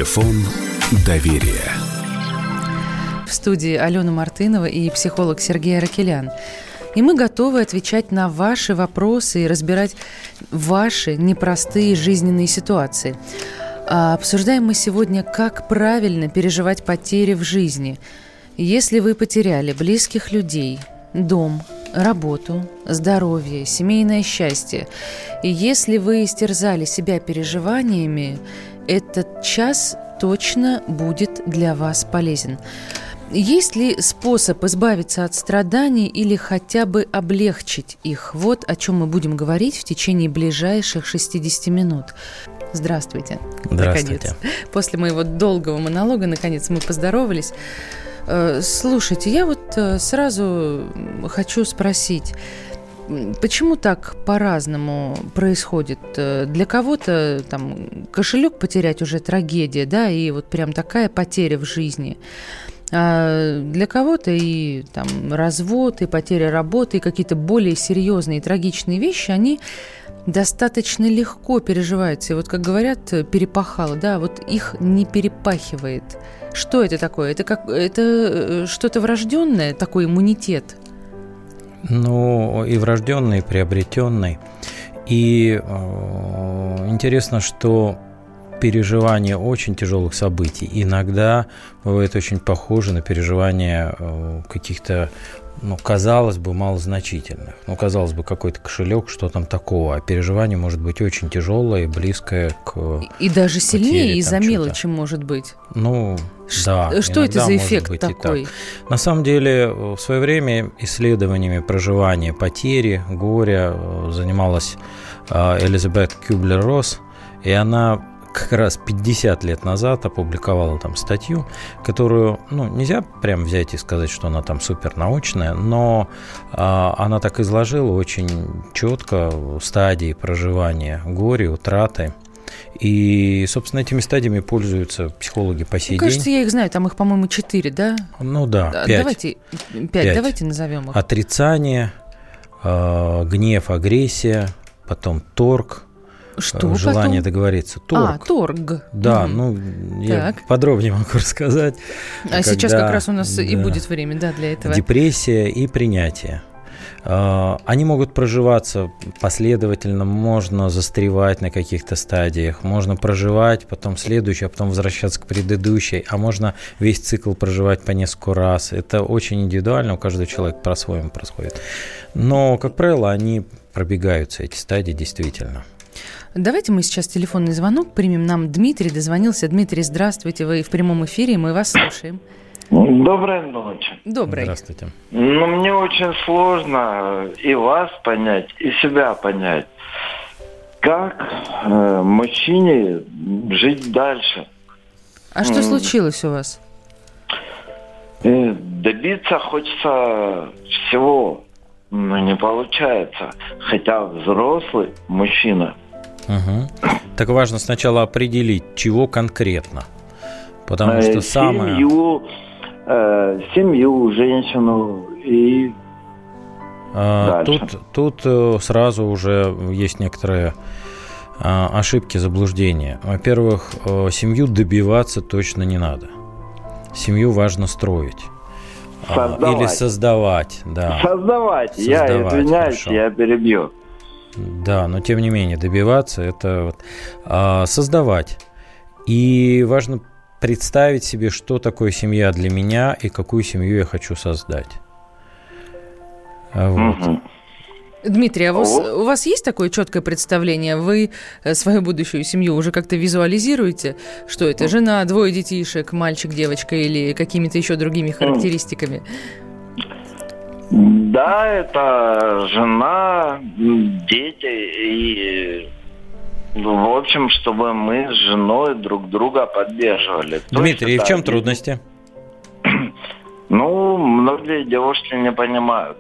Телефон доверия. В студии Алена Мартынова и психолог Сергей Аракелян. И мы готовы отвечать на ваши вопросы и разбирать ваши непростые жизненные ситуации. Обсуждаем мы сегодня, как правильно переживать потери в жизни. Если вы потеряли близких людей, дом, работу, здоровье, семейное счастье, и если вы истерзали себя переживаниями, этот час точно будет для вас полезен. Есть ли способ избавиться от страданий или хотя бы облегчить их? Вот о чем мы будем говорить в течение ближайших 60 минут. Здравствуйте. Здравствуйте. Наконец. После моего долгого монолога, наконец, мы поздоровались. Слушайте, я вот сразу хочу спросить, почему так по-разному происходит? Для кого-то там кошелек потерять уже трагедия, да, и вот прям такая потеря в жизни. А для кого-то и там развод, и потеря работы, и какие-то более серьезные и трагичные вещи, они достаточно легко переживаются. И вот, как говорят, перепахало, да, вот их не перепахивает. Что это такое? Это что-то врожденное, такой иммунитет? Ну, и врожденный, и приобретенный. И интересно, что переживание очень тяжелых событий иногда бывает очень похоже на переживание каких-то, казалось бы, малозначительных. Казалось бы, какой-то кошелек, что там такого. А переживание может быть очень тяжелое и близкое к И даже сильнее потере, из-за мелочи может быть. Да. Что это за эффект такой? На самом деле, в свое время исследованиями проживания потери, горя занималась Элизабет Кюблер-Росс, и она как раз 50 лет назад опубликовала там статью, которую, нельзя прям взять и сказать, что она там супернаучная, но она так изложила очень четко стадии проживания горя, утраты. И, собственно, этими стадиями пользуются психологи по сей день. Кажется, я их знаю, там их, по-моему, 4, да? 5. Давайте назовем их. Отрицание, гнев, агрессия, потом торг. Что желание потом? договориться. Торг. Торг. Да, я подробнее могу рассказать. Сейчас как раз у нас и будет время, для этого. Депрессия и принятие. Они могут проживаться последовательно, можно застревать на каких-то стадиях, можно проживать, потом следующую, а потом возвращаться к предыдущей, а можно весь цикл проживать по несколько раз. Это очень индивидуально, у каждого человека по-своему происходит. Но, как правило, они пробегаются, эти стадии, действительно. Давайте мы сейчас телефонный звонок примем. Нам Дмитрий дозвонился. Дмитрий, здравствуйте, вы в прямом эфире, мы вас слушаем. Доброй ночи. Доброй. Здравствуйте. Мне очень сложно и вас понять, и себя понять. Как мужчине жить дальше? А что случилось у вас? Добиться хочется всего, но не получается. Хотя взрослый мужчина. Угу. Так важно сначала определить, чего конкретно. Потому что семью, женщину и дальше. Тут сразу уже есть некоторые ошибки, заблуждения. Во-первых, семью добиваться точно не надо. Семью важно строить. Создавать. Или создавать. Да. Создавать. Я извиняюсь, хорошо. Я перебью. Да, но тем не менее добиваться – это создавать. И важно представить себе, что такое семья для меня и какую семью я хочу создать. Вот. Угу. Дмитрий, а у вас есть такое четкое представление? Вы свою будущую семью уже как-то визуализируете? Что это? Жена, 2 детишек, мальчик, девочка или какими-то еще другими характеристиками? Да, это жена, дети и... В общем, чтобы мы с женой друг друга поддерживали. Дмитрий, и в чем трудности? Многие девушки не понимают.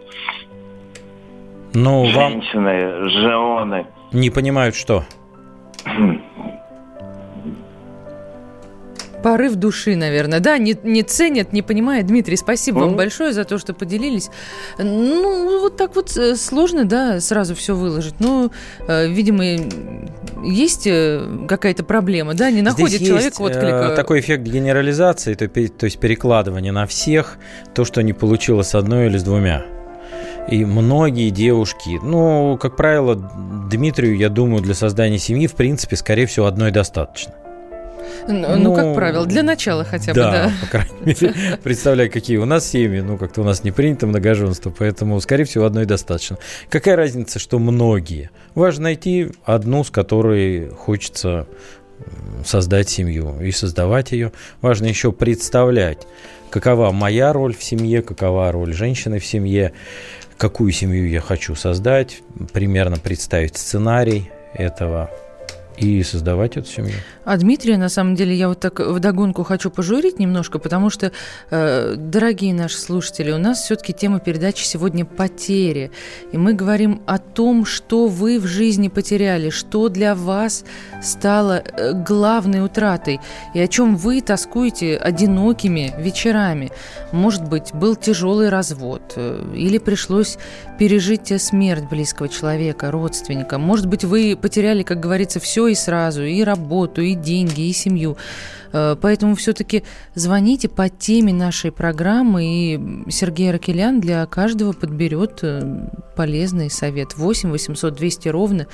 Женщины, жены. Не понимают что? порыв души, наверное. Да, не ценят, не понимают. Дмитрий, спасибо вам большое за то, что поделились. Ну, вот так вот сложно, да, сразу все выложить. Но, видимо, есть какая-то проблема, да, не находит здесь человек есть отклика. Такой эффект генерализации, то есть перекладывание на всех то, что не получилось с одной или с двумя. И многие девушки, ну, как правило, Дмитрию, я думаю, для создания семьи, в принципе, скорее всего, одной достаточно. Ну, как правило, для начала хотя бы, да. По крайней мере, представляю, какие у нас семьи, как-то у нас не принято многоженство, поэтому, скорее всего, одной достаточно. Какая разница, что многие? Важно найти одну, с которой хочется создать семью и создавать ее. Важно еще представлять, какова моя роль в семье, какова роль женщины в семье, какую семью я хочу создать, примерно представить сценарий этого и создавать эту семью. А Дмитрия, на самом деле, я вот так вдогонку хочу пожурить немножко, потому что, дорогие наши слушатели, у нас все-таки тема передачи сегодня «Потери». И мы говорим о том, что вы в жизни потеряли, что для вас стало главной утратой, и о чем вы тоскуете одинокими вечерами. Может быть, был тяжелый развод, или пришлось пережить смерть близкого человека, родственника. Может быть, вы потеряли, как говорится, все и сразу, и работу, и деньги, и семью. Поэтому все-таки звоните по теме нашей программы, и Сергей Аракелян для каждого подберет полезный совет. 8 800 200 ровно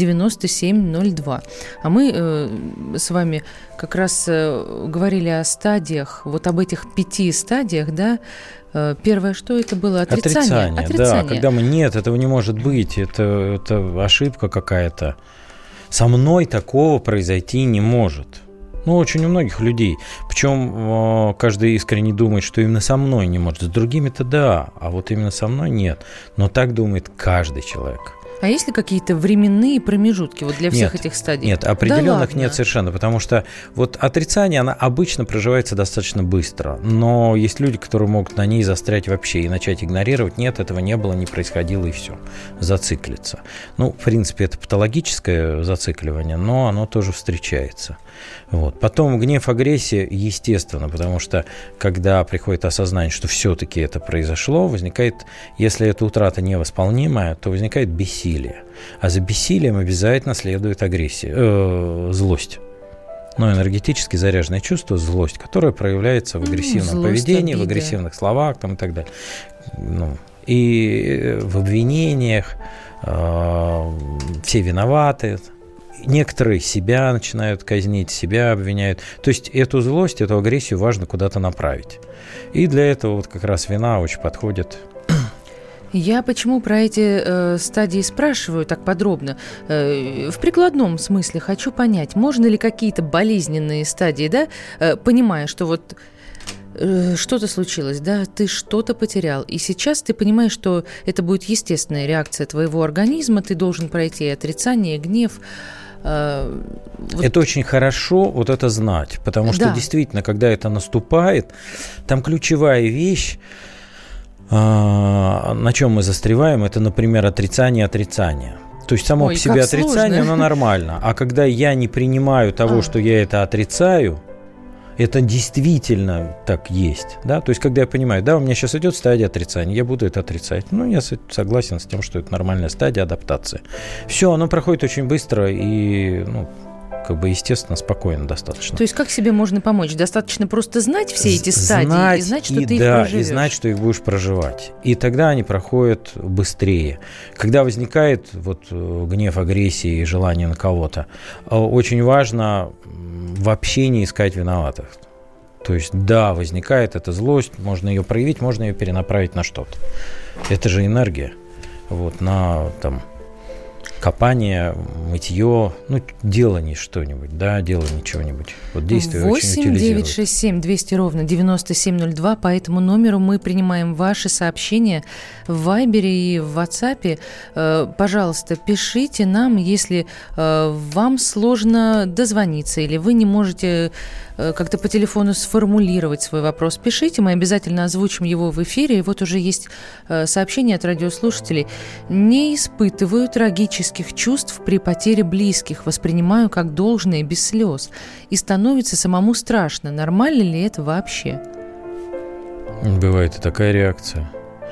9702. А мы с вами как раз говорили о стадиях, вот об этих 5 стадиях, да. Первое, что это было? Отрицание. Да, когда нет, этого не может быть, это ошибка какая-то. Со мной такого произойти не может. Очень у многих людей. Причем каждый искренне думает, что именно со мной не может. С другими-то да, а вот именно со мной нет. Но так думает каждый человек. А есть ли какие-то временные промежутки вот для всех этих стадий? Нет, определенных нет совершенно, потому что вот отрицание, оно обычно проживается достаточно быстро, но есть люди, которые могут на ней застрять вообще и начать игнорировать. Нет, этого не было, не происходило и все, зациклиться. В принципе, это патологическое зацикливание, но оно тоже встречается. Вот. Потом гнев, агрессия, естественно, потому что когда приходит осознание, что все-таки это произошло, возникает, если эта утрата невосполнимая, то возникает бессилие. А за бессилием обязательно следует агрессия, злость. Энергетически заряженное чувство, злость, которое проявляется в агрессивном поведении, в агрессивных словах и так далее. И в обвинениях все виноваты. Некоторые себя начинают казнить, себя обвиняют. То есть эту злость, эту агрессию важно куда-то направить. И для этого вот как раз вина очень подходит. Я почему про эти стадии спрашиваю так подробно? В прикладном смысле хочу понять, можно ли какие-то болезненные стадии, да, понимая, что вот что-то случилось, да, ты что-то потерял, и сейчас ты понимаешь, что это будет естественная реакция твоего организма, ты должен пройти отрицание, гнев. Это очень хорошо вот это знать, потому что действительно, когда это наступает, там ключевая вещь, на чем мы застреваем, это, например, отрицание. То есть само по себе отрицание, оно нормально, а когда я не принимаю того, что я это отрицаю, это действительно так есть, да, то есть когда я понимаю, да, у меня сейчас идет стадия отрицания, я буду это отрицать, я согласен с тем, что это нормальная стадия адаптации. Все, оно проходит очень быстро и, естественно, спокойно достаточно. То есть как себе можно помочь? Достаточно просто знать все эти стадии и знать, что ты их проживешь. И знать, что их будешь проживать. И тогда они проходят быстрее. Когда возникает гнев, агрессия и желание на кого-то, очень важно вообще не искать виноватых. То есть, да, возникает эта злость, можно ее проявить, можно ее перенаправить на что-то. Это же энергия. На копание, мытье, делание что-нибудь, да, делание чего-нибудь. Действие очень утилизирует. 8 967 200 ровно 9702. По этому номеру мы принимаем ваши сообщения в Вайбере и в WhatsApp. Пожалуйста, пишите нам, если вам сложно дозвониться или вы не можете как-то по телефону сформулировать свой вопрос, пишите, мы обязательно озвучим его в эфире. И вот уже есть сообщение от радиослушателей. Не испытываю трагических чувств при потере близких, воспринимаю как должное без слез. И становится самому страшно. Нормально ли это вообще? Бывает и такая реакция.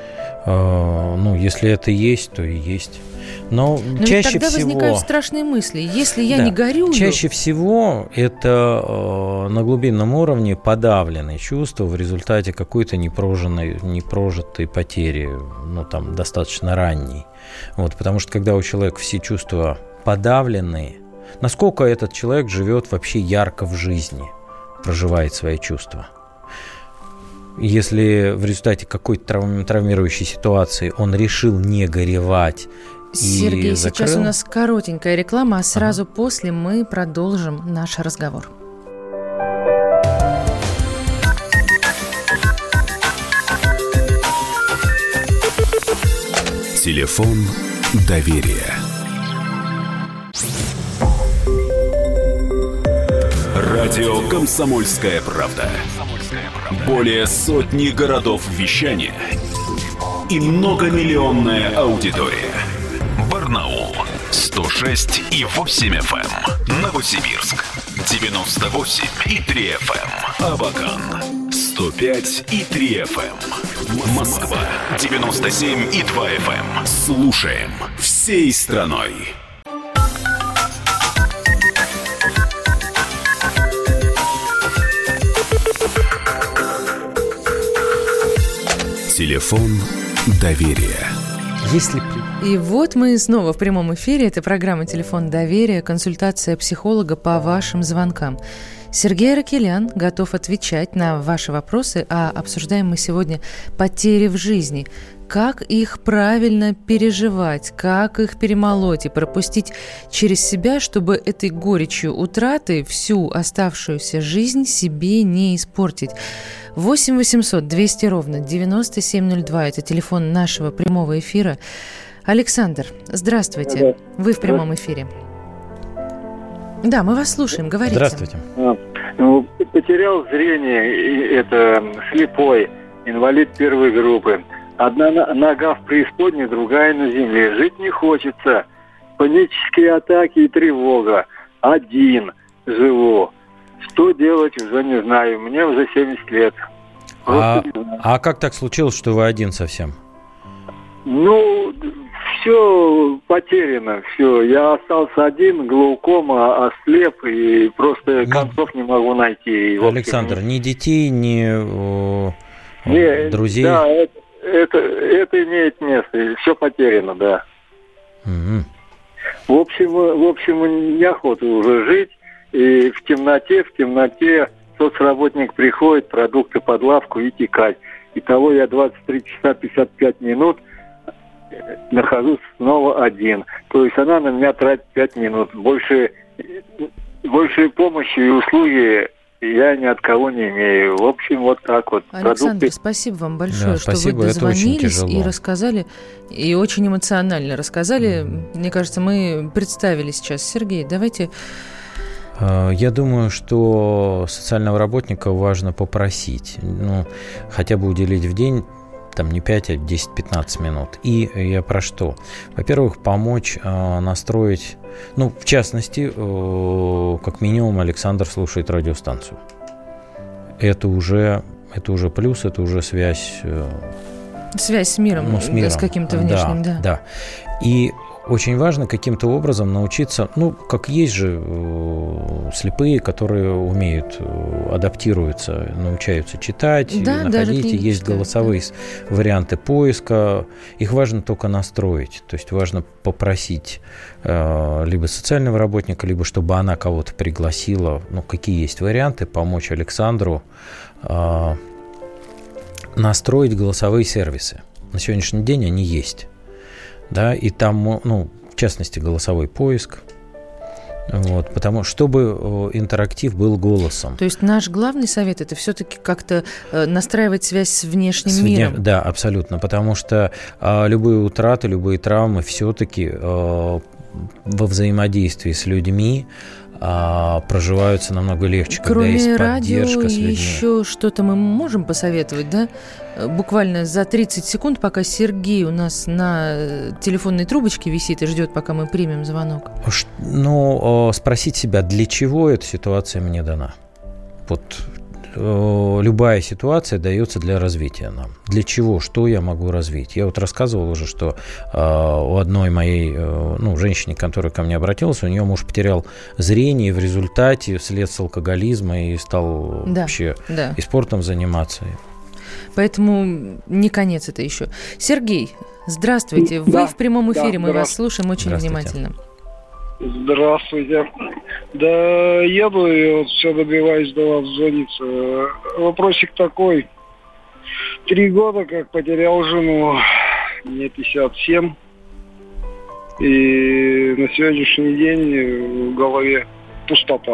Если это есть, то и есть. Но чаще тогда всего возникают страшные мысли. Если я не горюю... Чаще всего это на глубинном уровне подавленные чувства в результате какой-то непрожитой потери, достаточно ранней. Потому что когда у человека все чувства подавленные, насколько этот человек живет вообще ярко в жизни, проживает свои чувства. Если в результате какой-то травмирующей ситуации он решил не горевать Сергей, и закрыл... сейчас у нас коротенькая реклама, а сразу после мы продолжим наш разговор. Телефон доверия. Радио «Комсомольская правда». Более сотни городов вещания и многомиллионная аудитория. Барнаул 106,8 FM, Новосибирск 98,3 FM, Абакан 105,3 FM, Москва 97,2 FM. Слушаем всей страной. Телефон доверия. И вот мы снова в прямом эфире. Это программа «Телефон доверия», консультация психолога по вашим звонкам. Сергей Аракелян готов отвечать на ваши вопросы, а обсуждаем мы сегодня потери в жизни. Как их правильно переживать, как их перемолоть и пропустить через себя, чтобы этой горечью утраты всю оставшуюся жизнь себе не испортить. 8 800 200 ровно 9702 – это телефон нашего прямого эфира. Александр, здравствуйте. Да. Вы в прямом эфире. Да, мы вас слушаем, говорите. Здравствуйте. Потерял зрение, это слепой, инвалид первой группы. Одна нога в преисподней, другая на земле. Жить не хочется. Панические атаки и тревога. Один живу. Что делать, уже не знаю. Мне уже 70 лет. А как так случилось, что вы один совсем? Все потеряно, все. Я остался один, глаукома, ослеп, и просто концов не могу найти. Александр, ни детей, ни друзей? Да, это имеет место, все потеряно, да. Угу. В общем, неохота уже жить, и в темноте соцработник приходит, продукты под лавку и текать. Итого я 23 часа 55 минут нахожусь снова один. То есть она на меня тратит 5 минут. Больше помощи и услуги я ни от кого не имею. В общем, вот так вот. Александр, спасибо вам большое, что вы дозвонились и рассказали, и очень эмоционально рассказали. Мне кажется, мы представили сейчас. Сергей, давайте... Я думаю, что социального работника важно попросить, хотя бы уделить в день не 5, а 10-15 минут. И я про что? Во-первых, помочь настроить, в частности, как минимум Александр слушает радиостанцию. Это уже плюс, это уже связь... Связь с миром, с миром. С каким-то внешним, да. И очень важно каким-то образом научиться, как есть же слепые, которые умеют, адаптируются, научаются читать, находить, и есть голосовые варианты поиска. Их важно только настроить, то есть важно попросить либо социального работника, либо чтобы она кого-то пригласила, какие есть варианты, помочь Александру настроить голосовые сервисы. На сегодняшний день они есть. Да, и там, в частности, голосовой поиск, потому чтобы интерактив был голосом. То есть наш главный совет – это все-таки как-то настраивать связь с внешним миром? Да, абсолютно, потому что любые утраты, любые травмы все-таки во взаимодействии с людьми проживаются намного легче, Кроме когда есть радио, поддержка с людьми. еще что-то мы можем посоветовать, да? Буквально за 30 секунд, пока Сергей у нас на телефонной трубочке висит и ждет, пока мы примем звонок. Спросить себя, для чего эта ситуация мне дана? Вот любая ситуация дается для развития нам. Для чего? Что я могу развить? Я вот рассказывал уже, что у одной моей женщины, которая ко мне обратилась, у нее муж потерял зрение в результате вслед с алкоголизма и стал вообще и спортом заниматься. Поэтому не конец это еще. Сергей, здравствуйте. Вы в прямом эфире, мы вас слушаем очень внимательно. Здравствуйте. Да, еду и вот все добиваюсь до вас звониться. Вопросик такой. 3 года как потерял жену, мне 57. И на сегодняшний день в голове пустота.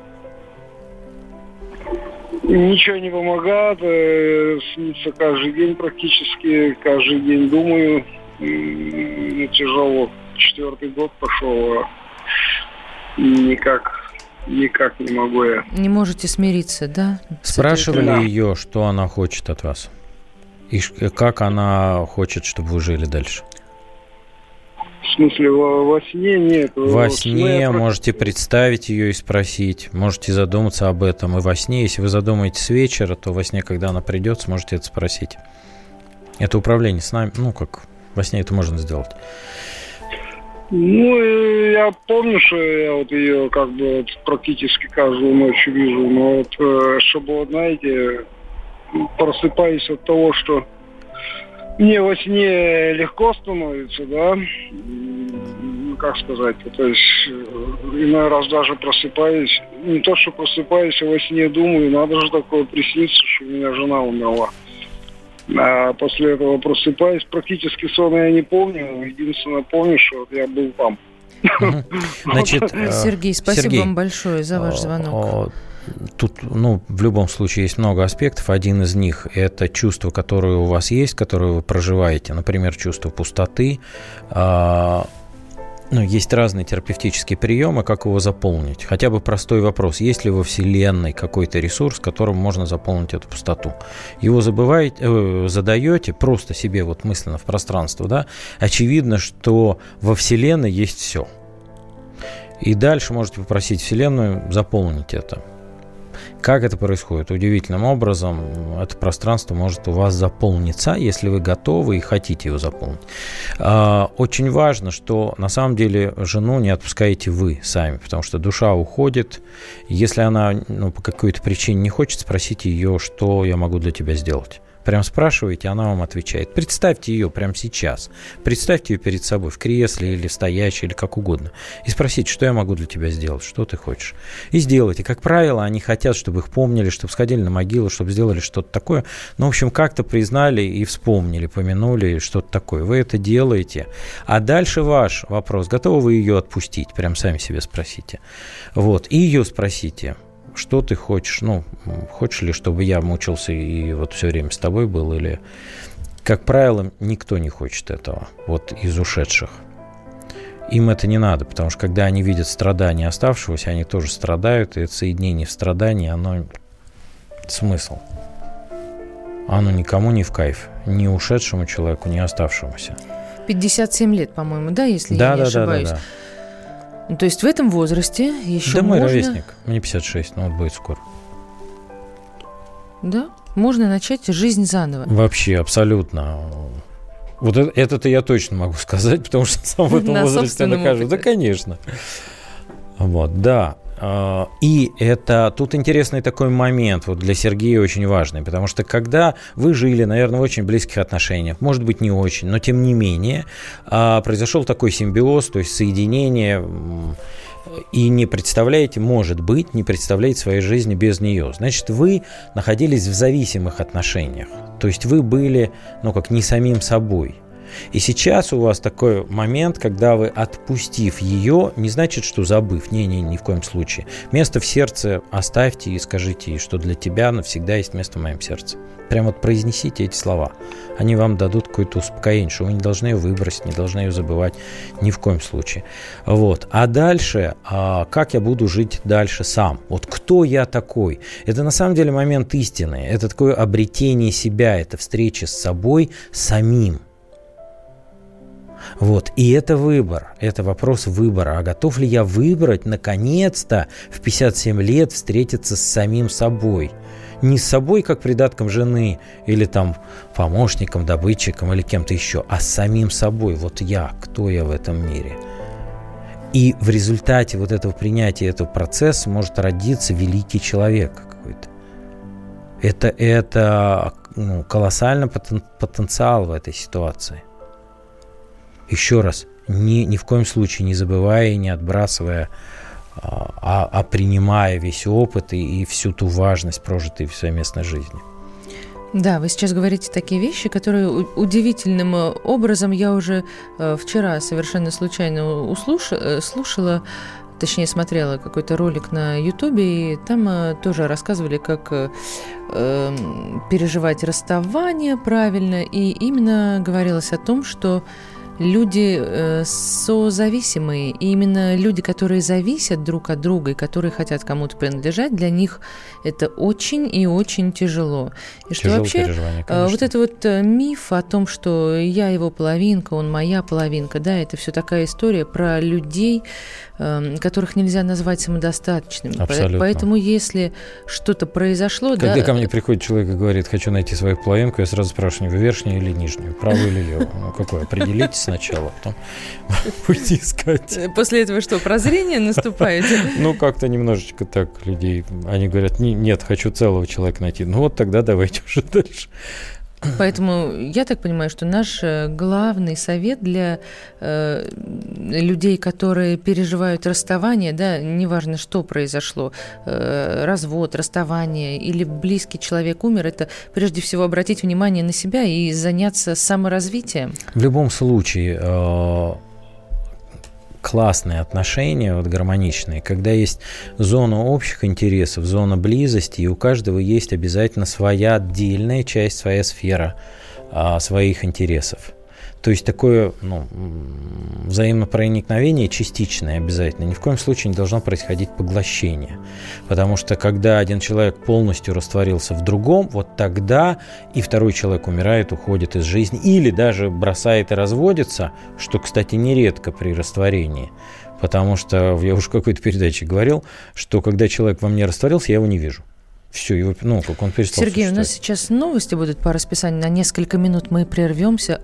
Ничего не помогает, снится каждый день практически, каждый день думаю. Тяжело. 4-й год пошел, никак не могу я. Не можете смириться, да? Спрашивали ее, что она хочет от вас? И как она хочет, чтобы вы жили дальше? В смысле, во сне нет. Во сне можете представить ее и спросить. Можете задуматься об этом и во сне. Если вы задумаетесь с вечера, то во сне, когда она придет, сможете это спросить. Это управление с нами. Во сне это можно сделать. Я помню, что я вот ее практически каждую ночь вижу, но чтобы, знаете, просыпаюсь от того, что мне во сне легко становится, да, как сказать, то есть иной раз даже просыпаюсь, не то, что просыпаюсь, а во сне думаю, надо же такое присниться, что у меня жена умерла. А после этого просыпаюсь, практически сон я не помню. Единственное, помню, что я был там. Значит, Сергей, спасибо вам большое за ваш звонок. Тут, в любом случае есть много аспектов. Один из них – это чувство, которое у вас есть, которое вы проживаете. Например, чувство пустоты. Есть разные терапевтические приемы, как его заполнить. Хотя бы простой вопрос. Есть ли во Вселенной какой-то ресурс, которым можно заполнить эту пустоту? Его задаете просто себе мысленно в пространство. Да? Очевидно, что во Вселенной есть все. И дальше можете попросить Вселенную заполнить это. Как это происходит? Удивительным образом это пространство может у вас заполниться, если вы готовы и хотите его заполнить. Очень важно, что на самом деле жену не отпускаете вы сами, потому что душа уходит. Если она по какой-то причине не хочет, спросите ее, что я могу для тебя сделать. Прям спрашиваете, она вам отвечает. Представьте ее прямо сейчас. Представьте ее перед собой в кресле или стоящей, или как угодно. И спросите, что я могу для тебя сделать, что ты хочешь. И сделайте. Как правило, они хотят, чтобы их помнили, чтобы сходили на могилу, чтобы сделали что-то такое. В общем, как-то признали и вспомнили, помянули что-то такое. Вы это делаете. А дальше ваш вопрос. Готовы вы ее отпустить? Прям сами себе спросите. И ее спросите. Что ты хочешь? Хочешь ли, чтобы я мучился и все время с тобой был? Или, как правило, никто не хочет этого, из ушедших. Им это не надо, потому что, когда они видят страдания оставшегося, они тоже страдают, и это соединение в страдании, оно смысл. Оно никому не в кайф, ни ушедшему человеку, ни оставшемуся. 57 лет, по-моему, да, если я не ошибаюсь? Да. То есть в этом возрасте еще можно... Да, мой ровесник. Мне 56, будет скоро. Да? Можно начать жизнь заново. Вообще, абсолютно. Это-то я точно могу сказать, потому что сам в этом возрасте нахожусь. Да, конечно. Да. И тут интересный такой момент, для Сергея очень важный, потому что когда вы жили, наверное, в очень близких отношениях, может быть, не очень, но тем не менее, произошел такой симбиоз, то есть соединение, и не представляете своей жизни без нее. Значит, вы находились в зависимых отношениях, то есть вы были, не самим собой. И сейчас у вас такой момент, когда вы, отпустив ее, не значит, что забыв, ни в коем случае. Место в сердце оставьте и скажите ей, что для тебя навсегда есть место в моем сердце. Прям вот произнесите эти слова. Они вам дадут какое-то успокоение, что вы не должны ее выбросить, не должны ее забывать ни в коем случае. Вот. А дальше, как я буду жить дальше сам? Вот кто я такой? Это на самом деле момент истины. Это такое обретение себя, это встреча с собой самим. Вот. И это выбор, это вопрос выбора. А готов ли я выбрать, наконец-то, в 57 лет встретиться с самим собой? Не с собой, как придатком жены, или там помощником, добытчиком, или кем-то еще, а с самим собой. Вот я, кто я в этом мире? И в результате вот этого принятия, этого процесса может родиться великий человек какой-то. Это колоссальный потенциал в этой ситуации. Еще раз, ни в коем случае не забывая и не отбрасывая, а принимая весь опыт и всю ту важность прожитой в совместной жизни. Да, вы сейчас говорите такие вещи, которые удивительным образом я уже вчера совершенно случайно слушала, точнее смотрела какой-то ролик на Ютубе, и там тоже рассказывали, как переживать расставание правильно, и именно говорилось о том, что люди созависимые, и именно люди, которые зависят друг от друга и которые хотят кому-то принадлежать, для них это очень и очень тяжело. И что вообще вот это вот миф о том, что я его половинка, он моя половинка, да, это все такая история про людей, которых нельзя назвать самодостаточными. Абсолютно. Поэтому если что-то произошло... Когда ко мне приходит человек и говорит, хочу найти свою половинку, я сразу спрашиваю, вы верхнюю или нижнюю, правую или левую? Ну, какое? Определитесь сначала, потом будете искать. После этого что, прозрение наступает? Ну, как-то немножечко так людей, они говорят, нет, хочу целого человека найти. Ну, вот тогда давайте уже дальше. Поэтому я так понимаю, что наш главный совет для людей, которые переживают расставание, да, неважно, что произошло, развод, расставание или близкий человек умер, это прежде всего обратить внимание на себя и заняться саморазвитием. В любом случае, классные отношения, вот гармоничные, когда есть зона общих интересов, зона близости, и у каждого есть обязательно своя отдельная часть, своя сфера своих интересов. То есть такое взаимопроникновение частичное обязательно. Ни в коем случае не должно происходить поглощение. Потому что когда один человек полностью растворился в другом, вот тогда и второй человек умирает, уходит из жизни, или даже бросает и разводится, что, кстати, нередко при растворении. Потому что я уже в какой-то передаче говорил, что когда человек во мне растворился, я его не вижу. Все, его, как он перестал Сергей, существовать. у нас сейчас новости будут по расписанию. На несколько минут мы прервемся.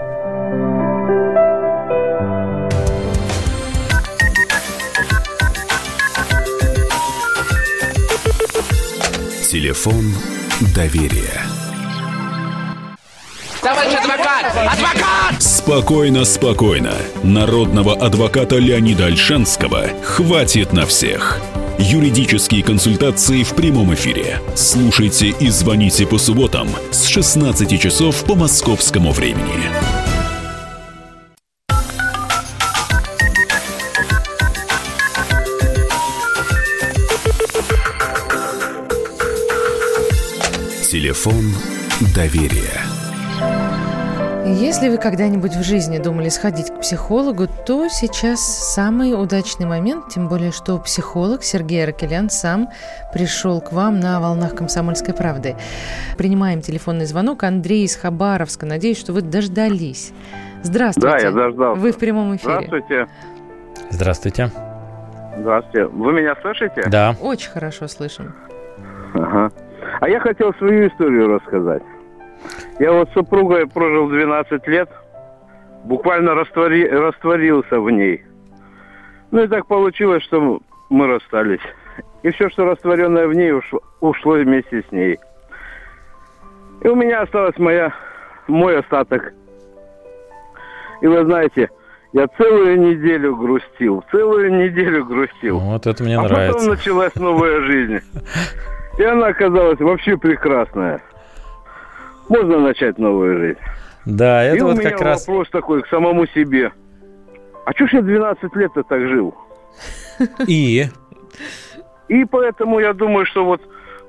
Телефон доверия. Товарищ адвокат! Адвокат! Спокойно, спокойно. Народного адвоката Леонида Ольшанского хватит на всех. Юридические консультации в прямом эфире. Слушайте и звоните по субботам с 16 часов по московскому времени. Телефон доверия. Если вы когда-нибудь в жизни думали сходить к психологу, то сейчас самый удачный момент, тем более, что психолог Сергей Аракелян сам пришел к вам на волнах «Комсомольской правды». Принимаем телефонный звонок. Андрей из Хабаровска. Надеюсь, что вы дождались. Здравствуйте. Да, я дождался. Вы в прямом эфире. Здравствуйте. Здравствуйте. Здравствуйте. Вы меня слышите? Да. Очень хорошо слышим. Ага. А я хотел свою историю рассказать. Я вот с супругой прожил 12 лет, буквально растворился в ней. Ну и так получилось, что мы расстались. И все, что растворенное в ней, ушло вместе с ней. И у меня осталась мой остаток. И вы знаете, я целую неделю грустил. Вот это мне нравится. А потом началась новая жизнь. И она оказалась вообще прекрасная. Можно начать новую жизнь. Да, это и вот у меня как раз... вопрос такой к самому себе. А что ж я 12 лет-то так жил? И поэтому я думаю, что вот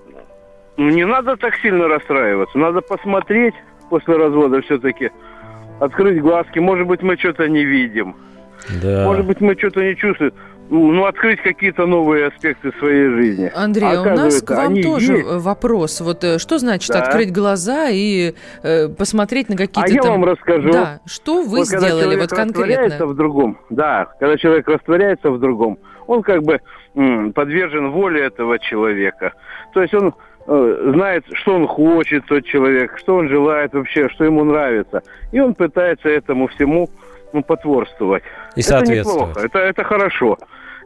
не надо так сильно расстраиваться. Надо посмотреть после развода все-таки, открыть глазки. Может быть, мы что-то не видим. Да. Может быть, мы что-то не чувствуем. Ну, открыть какие-то новые аспекты своей жизни. Андрей, у нас к вам тоже есть вопрос. Вот что значит открыть глаза и посмотреть на какие-то я вам расскажу. Да, что вы сделали вот конкретно? В другом, когда человек растворяется в другом, он как бы подвержен воле этого человека. То есть он знает, что он хочет, тот человек, что он желает вообще, что ему нравится. И он пытается этому всему потворствовать. И соответствовать. Это неплохо, это хорошо.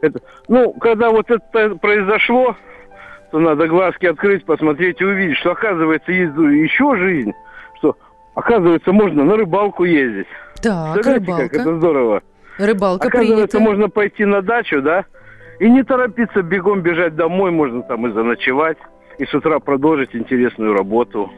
Когда вот это произошло, то надо глазки открыть, посмотреть и увидеть, что, оказывается, есть еще жизнь, что, оказывается, можно на рыбалку ездить. Так, рыбалка. Как это здорово. Рыбалка оказывается, принята. Можно пойти на дачу, да, и не торопиться бегом бежать домой, можно там и заночевать, и с утра продолжить интересную работу.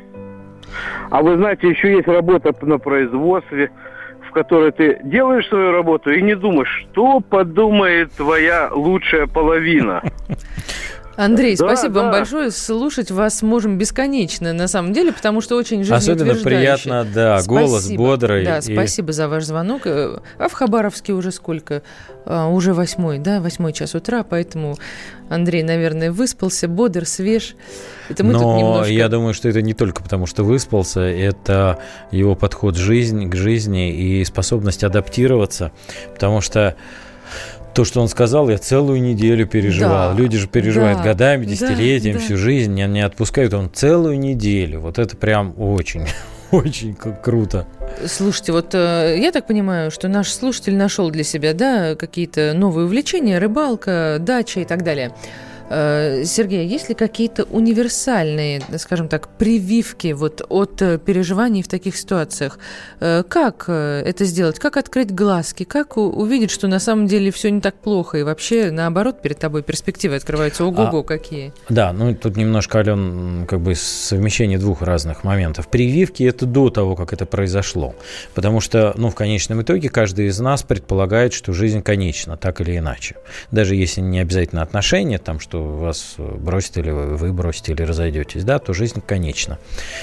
А вы знаете, еще есть работа на производстве, в которой ты делаешь свою работу и не думаешь, что подумает твоя лучшая половина. Андрей, спасибо вам большое. Слушать вас можем бесконечно, на самом деле, потому что очень жизнеутверждающе. Особенно приятно, да, голос бодрый. Да, спасибо за ваш звонок. А в Хабаровске уже сколько? Уже 8 час утра, поэтому Андрей, наверное, выспался, бодр, свеж. Это мы тут немножко... я думаю, что это не только потому, что выспался, это его подход к жизни и способность адаптироваться, потому что то, что он сказал, я целую неделю переживал. Да, люди же переживают годами, десятилетиями, всю жизнь, не отпускают. Он целую неделю. Вот это прям очень, очень круто. Слушайте, вот я так понимаю, что наш слушатель нашел для себя, какие-то новые увлечения, рыбалка, дача и так далее. Сергей, есть ли какие-то универсальные, скажем так, прививки вот от переживаний в таких ситуациях? Как это сделать? Как открыть глазки? Как увидеть, что на самом деле все не так плохо? И вообще, наоборот, перед тобой перспективы открываются. Ого-го, какие! Да, тут немножко, Ален, как бы совмещение двух разных моментов. Прививки – это до того, как это произошло. Потому что, в конечном итоге, каждый из нас предполагает, что жизнь конечна, так или иначе. Даже если не обязательно отношения, там, что вас бросит или вы бросите, или разойдетесь, то жизнь конечна.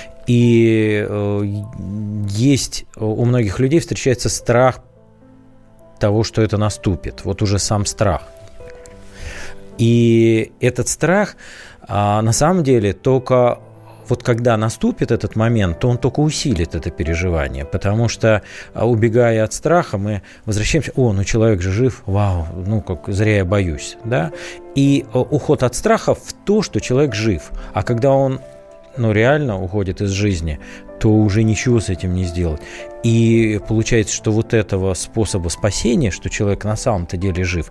И есть у многих людей встречается страх того, что это наступит. Вот уже сам страх. И этот страх, на самом деле, только вот когда наступит этот момент, то он только усилит это переживание, потому что, убегая от страха, мы возвращаемся, человек же жив, вау, как зря я боюсь, да, и уход от страха в то, что человек жив, а когда он, реально уходит из жизни, то уже ничего с этим не сделать. И получается, что вот этого способа спасения, что человек на самом-то деле жив,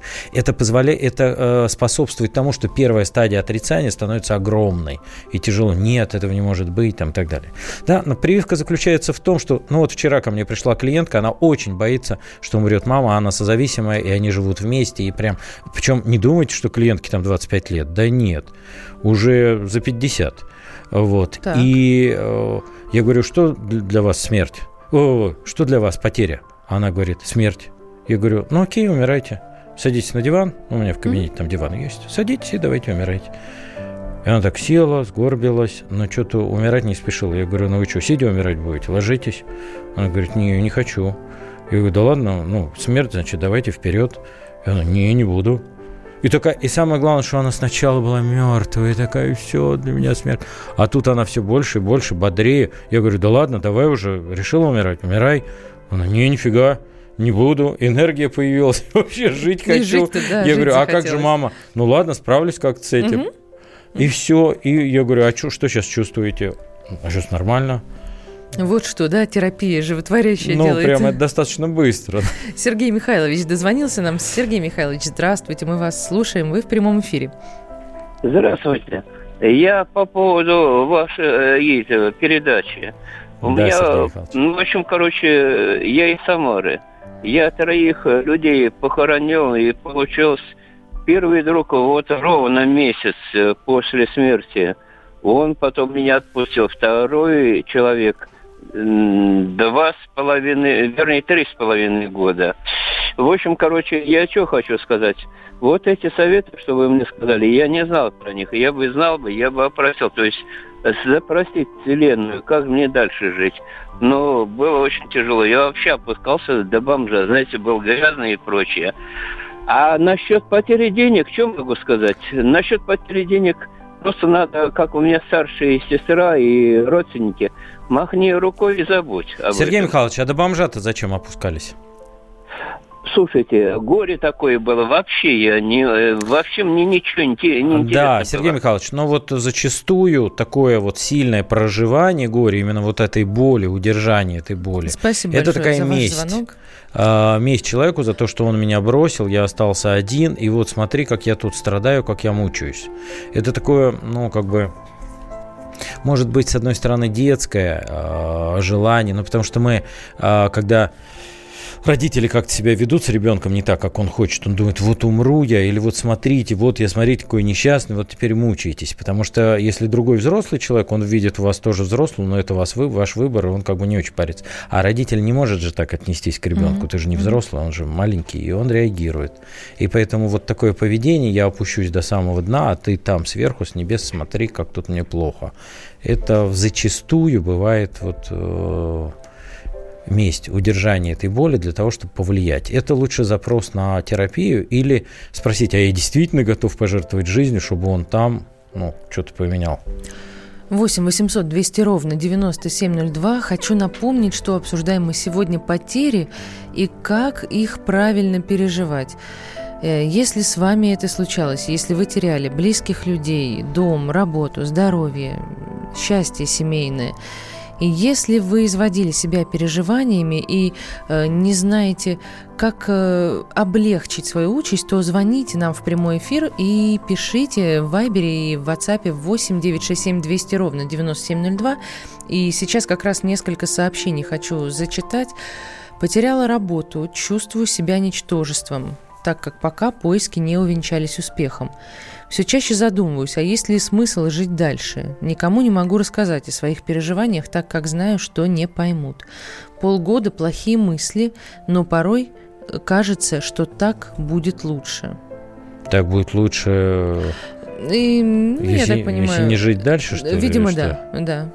это способствует тому, что первая стадия отрицания становится огромной и тяжело. Нет, этого не может быть, и так далее. Да, но прививка заключается в том, что, вчера ко мне пришла клиентка, она очень боится, что умрет мама, она созависимая, и они живут вместе, и причем не думайте, что клиентке там 25 лет, да нет, уже за 50. Вот. Так. И я говорю, что для вас смерть? Что для вас потеря? Она говорит, смерть. Я говорю, окей, умирайте. Садитесь на диван. У меня в кабинете там диван есть. Садитесь и давайте умирайте. И она так села, сгорбилась, но что-то умирать не спешила. Я говорю, вы что, сидя умирать будете? Ложитесь. Она говорит, не хочу. Я говорю, да ладно, смерть, значит, давайте вперед. И она, не буду. И самое главное, что она сначала была мертвая, и такая, все, для меня смерть. А тут она все больше и больше, бодрее. Я говорю, да ладно, давай уже, решила умирать, умирай. Она, нифига, не буду, энергия появилась, вообще жить хочу. Я говорю, как же мама? Ладно, справлюсь как-то с этим. И все, и я говорю, что сейчас чувствуете? А сейчас нормально. Вот что, терапия животворящая делает. Прямо это достаточно быстро. Сергей Михайлович дозвонился нам. Сергей Михайлович, здравствуйте, мы вас слушаем, вы в прямом эфире. Здравствуйте. Я по поводу вашей передачи. У меня, в общем, я из Самары. Я 3 людей похоронил, и получился первый друг ровно месяц после смерти. Он потом меня отпустил. Второй человек 3,5 года. В общем, короче, я что хочу сказать. Вот эти советы, что вы мне сказали, я не знал про них. Я бы знал, я бы опросил. То есть запросить Вселенную, как мне дальше жить. Но было очень тяжело. Я вообще опускался до бомжа. Знаете, был грязный и прочее. А насчет потери денег, что могу сказать? Насчет потери денег просто надо, как у меня старшие сестра и родственники, махни рукой и забудь об Сергей этом. Михайлович, а до бомжа-то зачем опускались? Слушайте, горе такое было. Вообще мне ничего не интересно. Да, Сергей Михайлович, но вот зачастую такое вот сильное проживание горя, именно вот этой боли, удержание этой боли. Спасибо это большое такая за ваш месть. звонок. Месть человеку за то, что он меня бросил, я остался один, и вот смотри, как я тут страдаю, как я мучаюсь. Это такое, может быть, с одной стороны, детское желание, потому что мы, когда родители как-то себя ведут с ребенком не так, как он хочет. Он думает, вот умру я, или вот смотрите, какой несчастный, вот теперь мучаетесь. Потому что если другой взрослый человек, он видит в вас тоже взрослого, но это ваш выбор, и он как бы не очень парится. А родитель не может же так отнестись к ребенку. Ты же не взрослый, он же маленький, и он реагирует. И поэтому вот такое поведение, я опущусь до самого дна, а ты там сверху, с небес, смотри, как тут мне плохо. Это зачастую бывает месть, удержание этой боли для того, чтобы повлиять. Это лучше запрос на терапию или спросить, а я действительно готов пожертвовать жизнью, чтобы он там, что-то поменял. 8 800 200 ровно 9702. Хочу напомнить, что обсуждаем мы сегодня потери и как их правильно переживать. Если с вами это случалось, если вы теряли близких людей, дом, работу, здоровье, счастье семейное, и если вы изводили себя переживаниями и не знаете, как облегчить свою участь, то звоните нам в прямой эфир и пишите в Вайбере и в WhatsApp 8 967 200 ровно 9702. И сейчас как раз несколько сообщений хочу зачитать. Потеряла работу, чувствую себя ничтожеством, так как пока поиски не увенчались успехом. Все чаще задумываюсь, а есть ли смысл жить дальше? Никому не могу рассказать о своих переживаниях, так как знаю, что не поймут. Полгода плохие мысли, но порой кажется, что так будет лучше. Так будет лучше, я так понимаю, если не жить дальше, что ли? Видимо, да.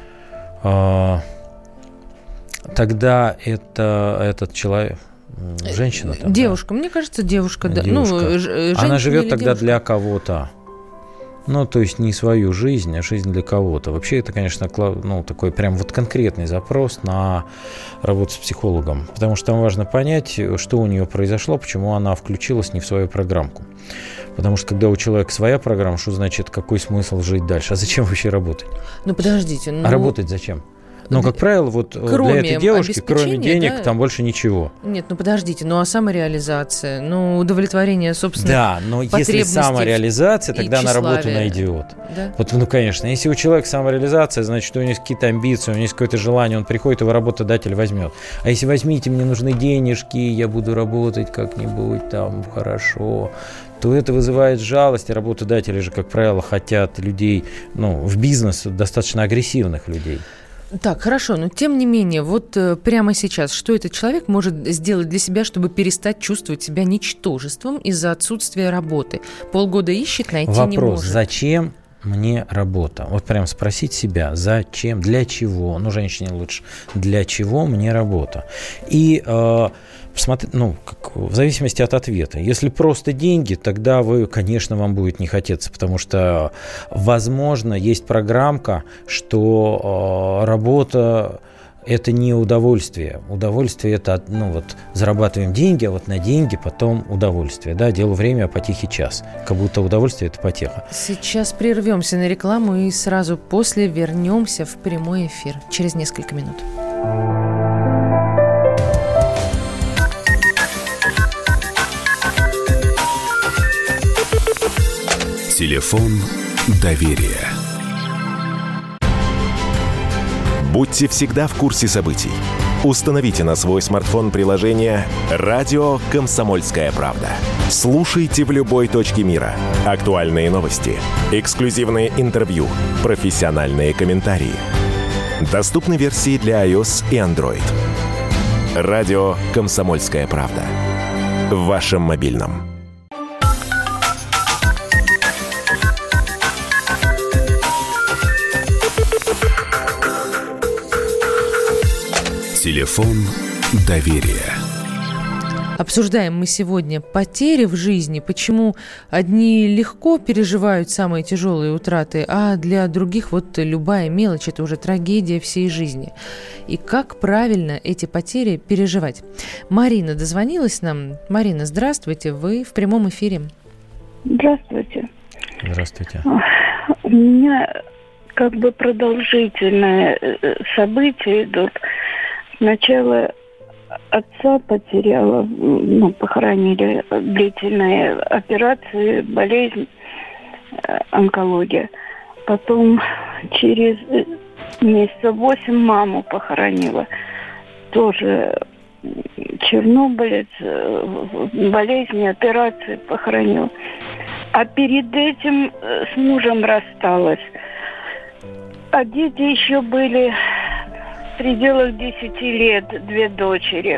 Тогда этот человек... Женщина там, девушка, да? Мне кажется, девушка. Да. Она живет тогда девушка для кого-то. То есть не свою жизнь, а жизнь для кого-то. Вообще это, конечно, такой прям вот конкретный запрос на работу с психологом. Потому что там важно понять, что у нее произошло, почему она включилась не в свою программку. Потому что когда у человека своя программа, что значит, какой смысл жить дальше? А зачем вообще работать? Подождите. А работать зачем? Как правило, для этой девушки, кроме денег, там больше ничего. Нет, подождите, а самореализация, удовлетворение собственных потребностей. Если самореализация, тогда она работу найдет. Да? Конечно, если у человека самореализация, значит, у него есть какие-то амбиции, у него есть какое-то желание, он приходит, его работодатель возьмет. А если возьмите, мне нужны денежки, я буду работать как-нибудь там хорошо, то это вызывает жалость, и работодатели же, как правило, хотят людей, в бизнес достаточно агрессивных людей. Так, хорошо, но тем не менее, прямо сейчас, что этот человек может сделать для себя, чтобы перестать чувствовать себя ничтожеством из-за отсутствия работы? Полгода ищет, найти не может. Вопрос, зачем мне работа? Прям спросить себя, зачем, для чего? Женщине лучше, для чего мне работа? И посмотреть, в зависимости от ответа. Если просто деньги, тогда конечно, вам будет не хотеться, потому что, возможно, есть программка, что работа – это не удовольствие. Удовольствие – это, зарабатываем деньги, а на деньги потом удовольствие. Да, делу время, а потехе час. Как будто удовольствие – это потеха. Сейчас прервемся на рекламу и сразу после вернемся в прямой эфир через несколько минут. Телефон доверия. Будьте всегда в курсе событий. Установите на свой смартфон приложение «Радио Комсомольская правда». Слушайте в любой точке мира. Актуальные новости, эксклюзивные интервью, профессиональные комментарии. Доступны версии для iOS и Android. Радио «Комсомольская правда». В вашем мобильном. Телефон доверия. Обсуждаем мы сегодня потери в жизни, почему одни легко переживают самые тяжелые утраты, а для других вот любая мелочь – это уже трагедия всей жизни. И как правильно эти потери переживать? Марина дозвонилась нам. Марина, здравствуйте, вы в прямом эфире. Здравствуйте. Здравствуйте. У меня как бы продолжительные события идут. Сначала отца потеряла, похоронили, длительные операции, болезнь, онкология. Потом через месяцев 8 маму похоронила. Тоже чернобылец, болезни, операции похоронила. А перед этим с мужем рассталась. А дети еще были в пределах 10 лет, 2 дочери.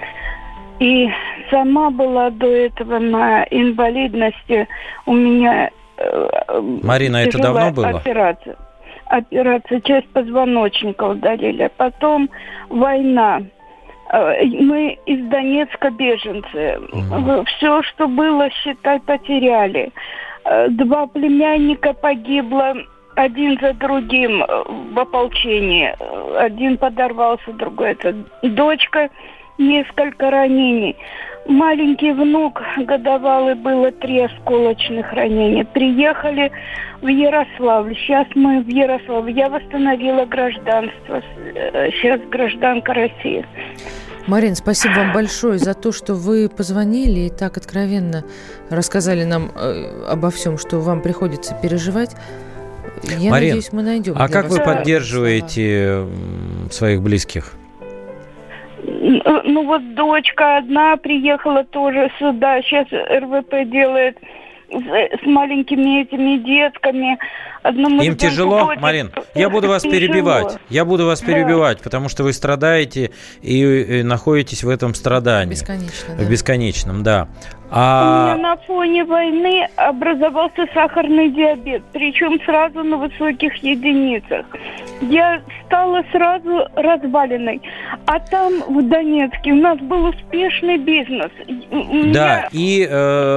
И сама была до этого на инвалидности. У меня Марина, это давно было? Операция, часть позвоночника удалили. Потом война. Мы из Донецка беженцы. Все, что было, считай, потеряли. 2 племянника погибло один за другим в ополчении. Один подорвался, другой. Это дочка, несколько ранений. Маленький внук годовалый, было 3 осколочных ранения. Приехали в Ярославль. Сейчас мы в Ярославле. Я восстановила гражданство. Сейчас гражданка России. Марин, спасибо вам большое за то, что вы позвонили и так откровенно рассказали нам обо всем, что вам приходится переживать. Я Марин, надеюсь, мы найдем. А как вы поддерживаете своих близких? Ну вот дочка одна приехала тоже сюда, сейчас РВП делает с маленькими этими детками. Им тяжело, Марин? Я буду вас перебивать. Я буду вас перебивать, потому что вы страдаете и находитесь в этом страдании. Бесконечно, в бесконечном, да. У меня на фоне войны образовался сахарный диабет, причем сразу на высоких единицах. Я стала сразу разваленной. А там, в Донецке, у нас был успешный бизнес. Да, и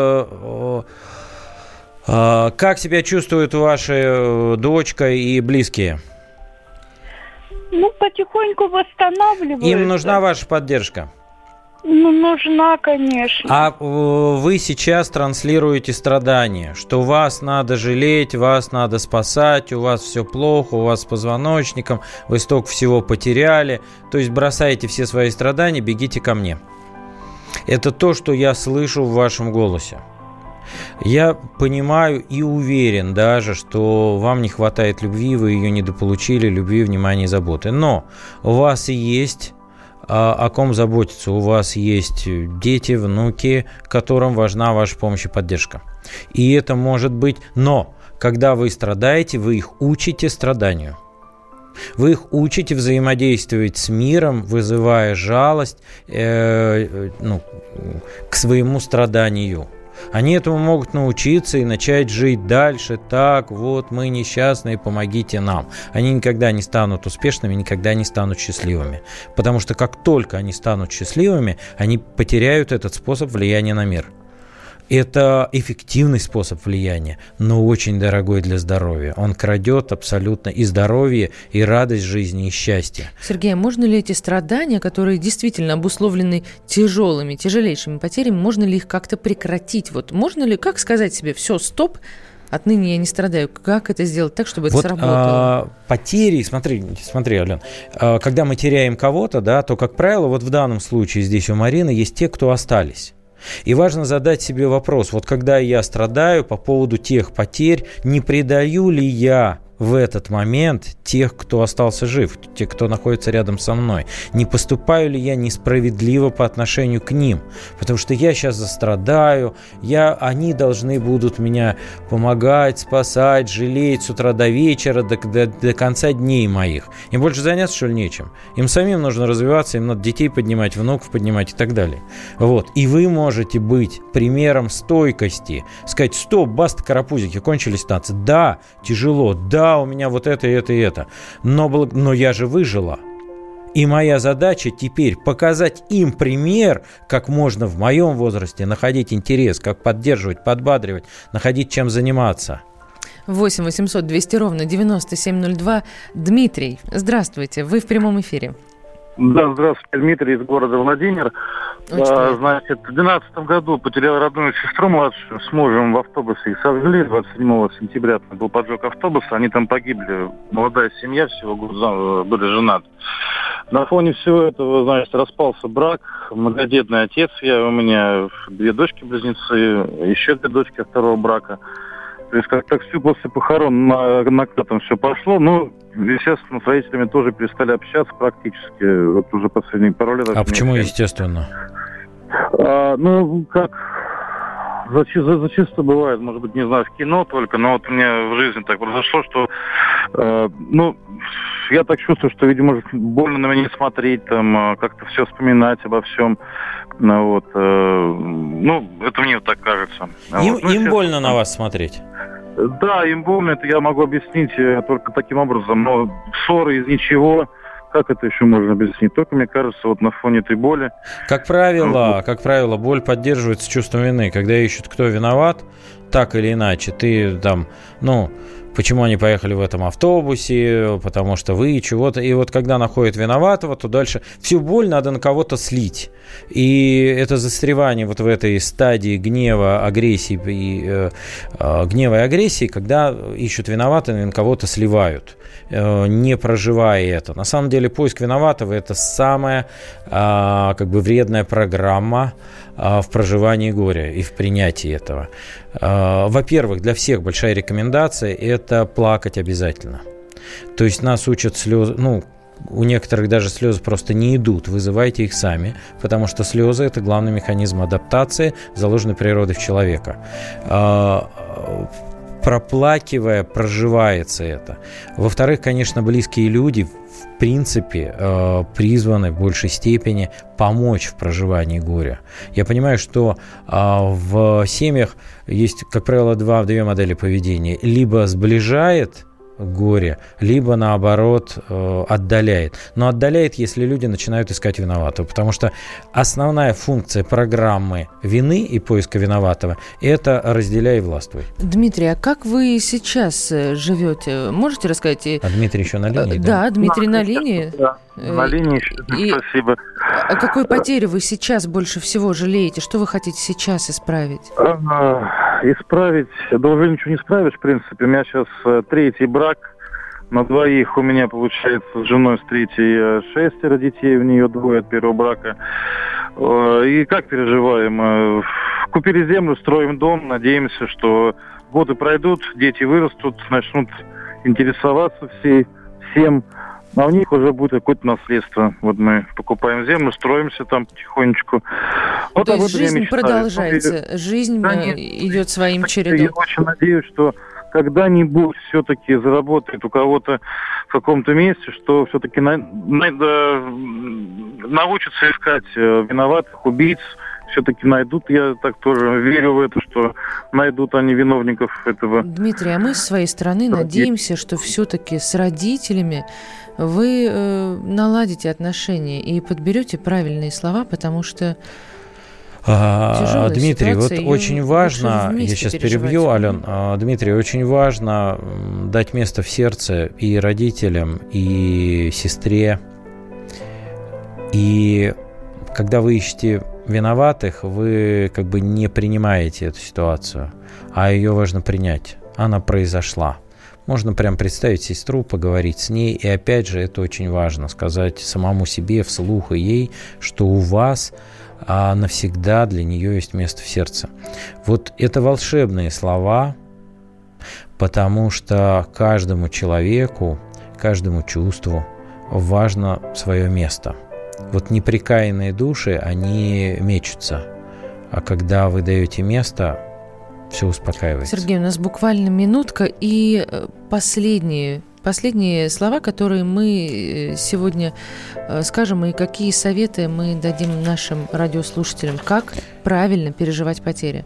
как себя чувствуют ваша дочка и близкие? Ну, потихоньку восстанавливаются. Им нужна ваша поддержка? Ну, нужна, конечно. А вы сейчас транслируете страдания, что вас надо жалеть, вас надо спасать, у вас все плохо, у вас с позвоночником, вы столько всего потеряли. То есть бросаете все свои страдания, бегите ко мне. Это то, что я слышу в вашем голосе. Я понимаю и уверен даже, что вам не хватает любви, вы ее недополучили, любви, внимания и заботы. Но у вас и есть о ком заботиться. У вас есть дети, внуки, которым важна ваша помощь и поддержка. И это может быть... Но когда вы страдаете, вы их учите страданию. Вы их учите взаимодействовать с миром, вызывая жалость к своему страданию. Они этому могут научиться и начать жить дальше. Так, вот мы несчастные, помогите нам. Они никогда не станут успешными, никогда не станут счастливыми. Потому что как только они станут счастливыми, они потеряют этот способ влияния на мир. Это эффективный способ влияния, но очень дорогой для здоровья. Он крадет абсолютно и здоровье, и радость жизни, и счастье. Сергей, можно ли эти страдания, которые действительно обусловлены тяжелейшими потерями, можно ли их как-то прекратить? Вот можно ли, как сказать себе, все, стоп, отныне я не страдаю. Как это сделать так, чтобы это сработало? Потери, смотри, Ален, когда мы теряем кого-то, да, то, как правило, вот в данном случае здесь у Марины есть те, кто остались. И важно задать себе вопрос, вот когда я страдаю по поводу тех потерь, не предаю ли я в этот момент тех, кто остался жив, тех, кто находится рядом со мной? Не поступаю ли я несправедливо по отношению к ним? Потому что я сейчас застрадаю, они должны будут меня помогать, спасать, жалеть с утра до вечера, до конца дней моих. Им больше заняться, что ли, нечем? Им самим нужно развиваться, им надо детей поднимать, внуков поднимать и так далее. Вот. И вы можете быть примером стойкости, сказать: стоп, баста, карапузики, кончились танцы. Да, тяжело, да, у меня вот это, но я же выжила. И моя задача теперь показать им пример, как можно в моем возрасте находить интерес, как поддерживать, подбадривать, находить чем заниматься. 8 800 200 ровно 9702. Дмитрий, здравствуйте, вы в прямом эфире. Да, здравствуйте, Дмитрий из города Владимир. Значит, в 2012 году потерял родную сестру младшую с мужем в автобусе. Их сожгли 27 сентября. Был поджог автобуса, они там погибли. Молодая семья, всего год были женаты. На фоне всего этого, значит, распался брак. Многодетный отец я, у меня 2 дочки-близнецы, еще 2 дочки второго брака. То есть как-то все после похорон на там все пошло. Ну, естественно, с родителями тоже перестали общаться практически. Вот уже последние пару лет. А почему, естественно? Ну, как зачастую бывает, может быть, не знаю, в кино только, но вот у меня в жизни так произошло, что, я так чувствую, что, видимо, больно на меня смотреть, там, как-то все вспоминать обо всем. Это мне вот так кажется. Им больно на вас смотреть? Да, им больно, это я могу объяснить только таким образом, но ссоры из ничего, как это еще можно объяснить? Только, мне кажется, вот на фоне этой боли. Как правило, боль поддерживается чувством вины. Когда ищут, кто виноват, так или иначе, ты там, почему они поехали в этом автобусе, потому что вы чего-то. И вот когда находят виноватого, то дальше всю боль надо на кого-то слить. И это застревание вот в этой стадии гнева, агрессии и агрессии, когда ищут виноватого и на кого-то сливают, не проживая это. На самом деле поиск виноватого – это самая вредная программа в проживании горя и в принятии этого. Во-первых, для всех большая рекомендация – это плакать обязательно. То есть нас учат слезы, у некоторых даже слезы просто не идут, вызывайте их сами, потому что слезы – это главный механизм адаптации, заложенный природой в человека. Проплакивая, проживается это. Во-вторых, конечно, близкие люди в принципе призваны в большей степени помочь в проживании горя. Я понимаю, что в семьях есть, как правило, две модели поведения. Либо сближает горе, либо, наоборот, отдаляет. Но отдаляет, если люди начинают искать виноватого. Потому что основная функция программы вины и поиска виноватого – это разделяй и властвуй. Дмитрий, а как вы сейчас живете? Можете рассказать? Дмитрий еще на линии? Да, Дмитрий на линии. Да, на линии. Спасибо. О какой потере вы сейчас больше всего жалеете? Что вы хотите сейчас исправить? Исправить? Да уже ничего не исправишь, в принципе. У меня сейчас 3-й брак. На 2 у меня, получается, с женой с 3-й 6 детей, у нее 2 от первого брака. И как переживаем? Купили землю, строим дом, надеемся, что годы пройдут, дети вырастут, начнут интересоваться всем, а у них уже будет какое-то наследство. Вот мы покупаем землю, строимся там потихонечку. Вот то есть жизнь продолжается, жизнь идет своим чередом. Я очень надеюсь, что когда-нибудь все-таки заработает у кого-то в каком-то месте, что все-таки научатся искать виноватых, убийц, все-таки найдут. Я так тоже верю в это, что найдут они виновников этого. Дмитрий, а мы с своей стороны надеемся, что все-таки с родителями вы наладите отношения и подберете правильные слова, потому что Дмитрий, вот очень важно, я сейчас перебью, Ален, Дмитрий, очень важно дать место в сердце и родителям, и сестре. И когда вы ищете виноватых, вы не принимаете эту ситуацию, а ее важно принять. Она произошла. Можно прям представить сестру, поговорить с ней, и опять же, это очень важно, сказать самому себе вслух и ей, что у вас навсегда для нее есть место в сердце. Вот это волшебные слова, потому что каждому человеку, каждому чувству важно свое место. Вот неприкаянные души, они мечутся, а когда вы даете место, все успокаивается. Сергей, у нас буквально минутка и последние слова, которые мы сегодня скажем, и какие советы мы дадим нашим радиослушателям, как правильно переживать потери.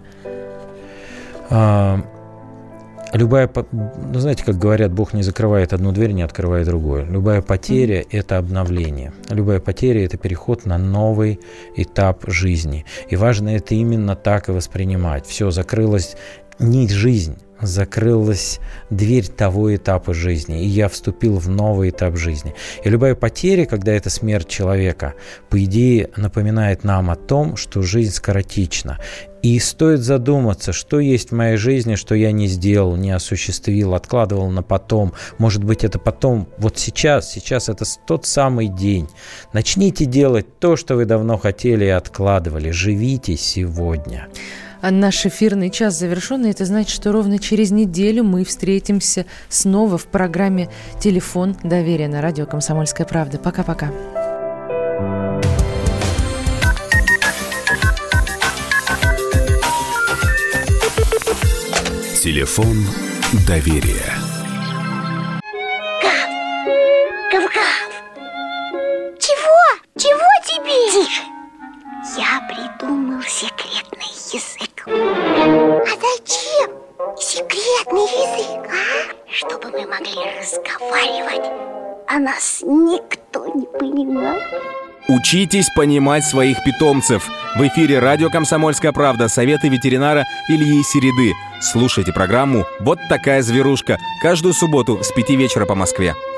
Знаете, как говорят, Бог не закрывает одну дверь, не открывает другую. Любая потеря – это обновление. Любая потеря – это переход на новый этап жизни. И важно это именно так и воспринимать. Все, закрылась не жизнь, закрылась дверь того этапа жизни, и я вступил в новый этап жизни. И любая потеря, когда это смерть человека, по идее напоминает нам о том, что жизнь скоротечна. И стоит задуматься, что есть в моей жизни, что я не сделал, не осуществил, откладывал на потом. Может быть, это потом, вот сейчас это тот самый день. Начните делать то, что вы давно хотели и откладывали. Живите сегодня. А наш эфирный час завершен, и это значит, что ровно через неделю мы встретимся снова в программе «Телефон доверия» на радио «Комсомольская правда». Пока-пока. Телефон доверия. Гав-гав. Чего тебе? Тише. Я придумал секретный язык. А зачем секретный язык, а? Чтобы мы могли разговаривать, а нас никто не понимал. Учитесь понимать своих питомцев. В эфире радио «Комсомольская правда». Советы ветеринара Ильи Середы. Слушайте программу «Вот такая зверушка» каждую субботу с 5 вечера по Москве.